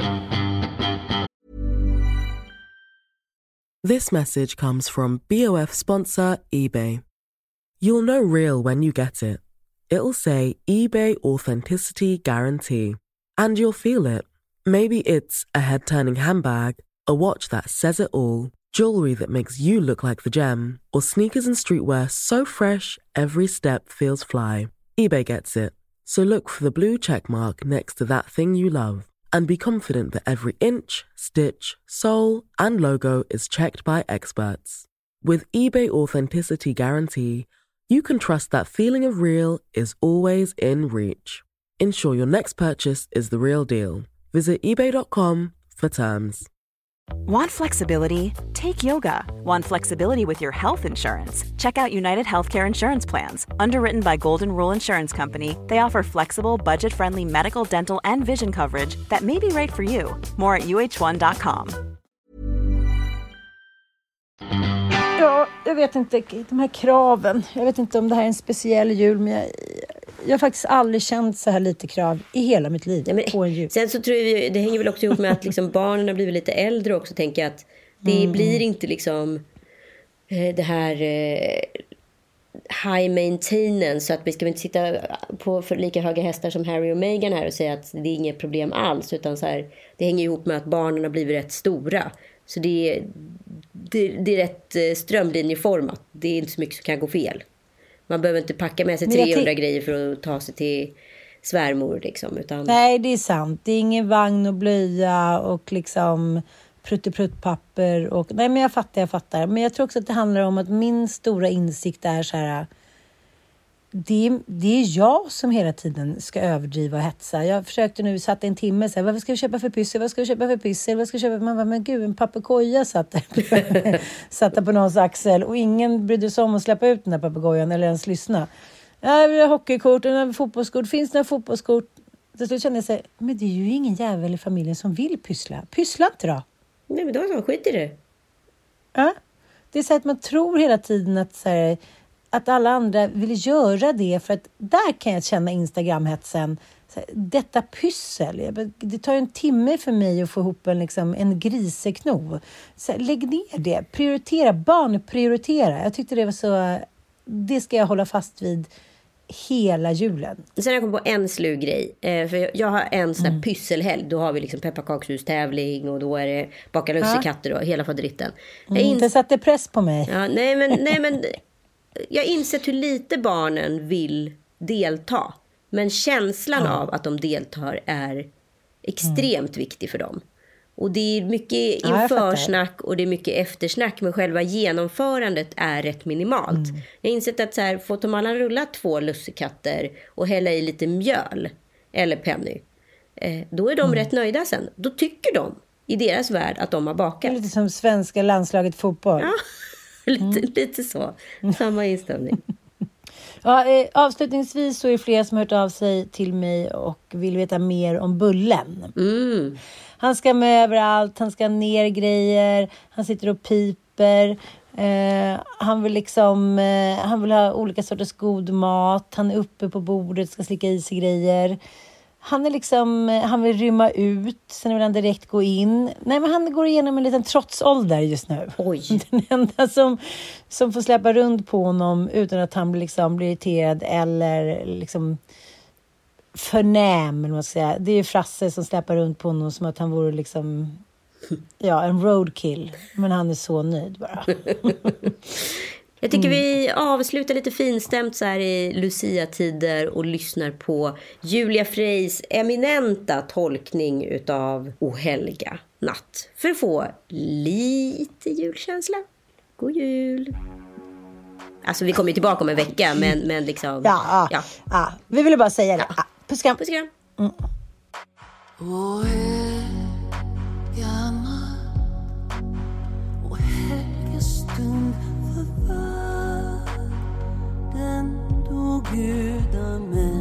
This message comes from BOF sponsor eBay. You'll know real when you get it. It'll say eBay Authenticity Guarantee. And you'll feel it. Maybe it's a head-turning handbag, a watch that says it all, jewelry that makes you look like the gem, or sneakers and streetwear so fresh every step feels fly. eBay gets it. So look for the blue check mark next to that thing you love. And be confident that every inch, stitch, sole, and logo is checked by experts. With eBay Authenticity Guarantee, you can trust that feeling of real is always in reach. Ensure your next purchase is the real deal. Visit ebay.com for terms. Want flexibility? Take yoga. Want flexibility with your health insurance? Check out United Healthcare Insurance Plans. Underwritten by Golden Rule Insurance Company, they offer flexible, budget-friendly medical, dental, and vision coverage that may be right for you. More at uh1.com. Ja, jag vet inte, de här kraven. Jag vet inte om det här är en speciell jul, men jag har faktiskt aldrig känt så här lite krav i hela mitt liv på en jul. Sen så tror jag det hänger väl också ihop med att liksom barnen har blivit lite äldre också, tänker jag, att det blir inte liksom det här high maintenance, så att vi ska inte sitta på för lika höga hästar som Harry och Meghan här och säga att det är inget problem alls, utan så här, det hänger ihop med att barnen har blivit rätt stora. Så det är rätt strömlinjeformat. det är inte så mycket som kan gå fel. Man behöver inte packa med sig 300 grejer för att ta sig till svärmor liksom, utan... Nej, det är sant. Det är ingen vagn och blöja och liksom pruttepruttpapper och... Nej, men jag fattar. Men jag tror också att det handlar om att min stora insikt är så här... Det är jag som hela tiden ska överdriva och hetsa. Jag försökte nu, satt en timme så här, vad ska vi köpa för pyssel? Vad ska vi köpa för pyssel? Vad ska vi köpa? Man bara, men gud, en papegoja satt på någons axel och ingen brydde sig om att släppa ut den där papegojan eller ens lyssna. Jag vill ha hockeykort, en fotbollskort. Finns det några fotbollskort? Till slut kände jag så här, men det är ju ingen jävel i familjen som vill pyssla. Pyssla inte då. Nej, men då är det skit i det. Ja, det är så att man tror hela tiden att så här, att alla andra vill göra det, för att där kan jag känna Instagram-hetsen. Detta pyssel, det tar ju en timme för mig att få ihop en grisekno. Så lägg ner det, prioritera, barn prioritera. Jag tyckte det var så, det ska jag hålla fast vid hela julen. Sen har jag kommit på en slug grej. För jag har en sån här pysselhelg. Då har vi liksom pepparkakshus-tävling och då är det baka lussekatter och hela fadritten. Det satte press på mig. Ja, nej men jag har insett hur lite barnen vill delta. Men känslan av att de deltar är extremt viktig för dem. Och det är mycket införsnack och det är mycket eftersnack. Men själva genomförandet är rätt minimalt. Jag har insett att så här, får de alla rulla 2 lussekatter och hälla i lite mjöl eller penny. Då är de rätt nöjda sen. Då tycker de i deras värld att de har bakat. Lite som svenska landslaget fotboll. Ja. Lite så. Samma inställning. Ja, avslutningsvis så är det flera som har hört av sig till mig och vill veta mer om Bullen. Han ska med överallt, han ska ner grejer, han sitter och piper. Han vill ha olika sorters god mat. Han är uppe på bordet, ska slicka i sig grejer. Han vill rymma ut, sen vill han direkt gå in. Nej, men han går igenom en liten trotsålder just nu. Oj. Den enda som får släppa runt på honom utan att han blir irriterad eller förnäm, eller vad man ska säga. Det är Frasse som släpper runt på honom som att han vore en roadkill. Men han är så nöjd bara. Jag tycker vi avslutar lite finstämt så här i Lucia-tider och lyssnar på Julia Freys eminenta tolkning utav O helga natt. För att få lite julkänsla. God jul! Alltså vi kommer ju tillbaka om en vecka, men liksom... Ja. Vi ville bara säga det. Ja. Puss kram. Puss kram. O helga natt, o helgestund, den då gudar mig.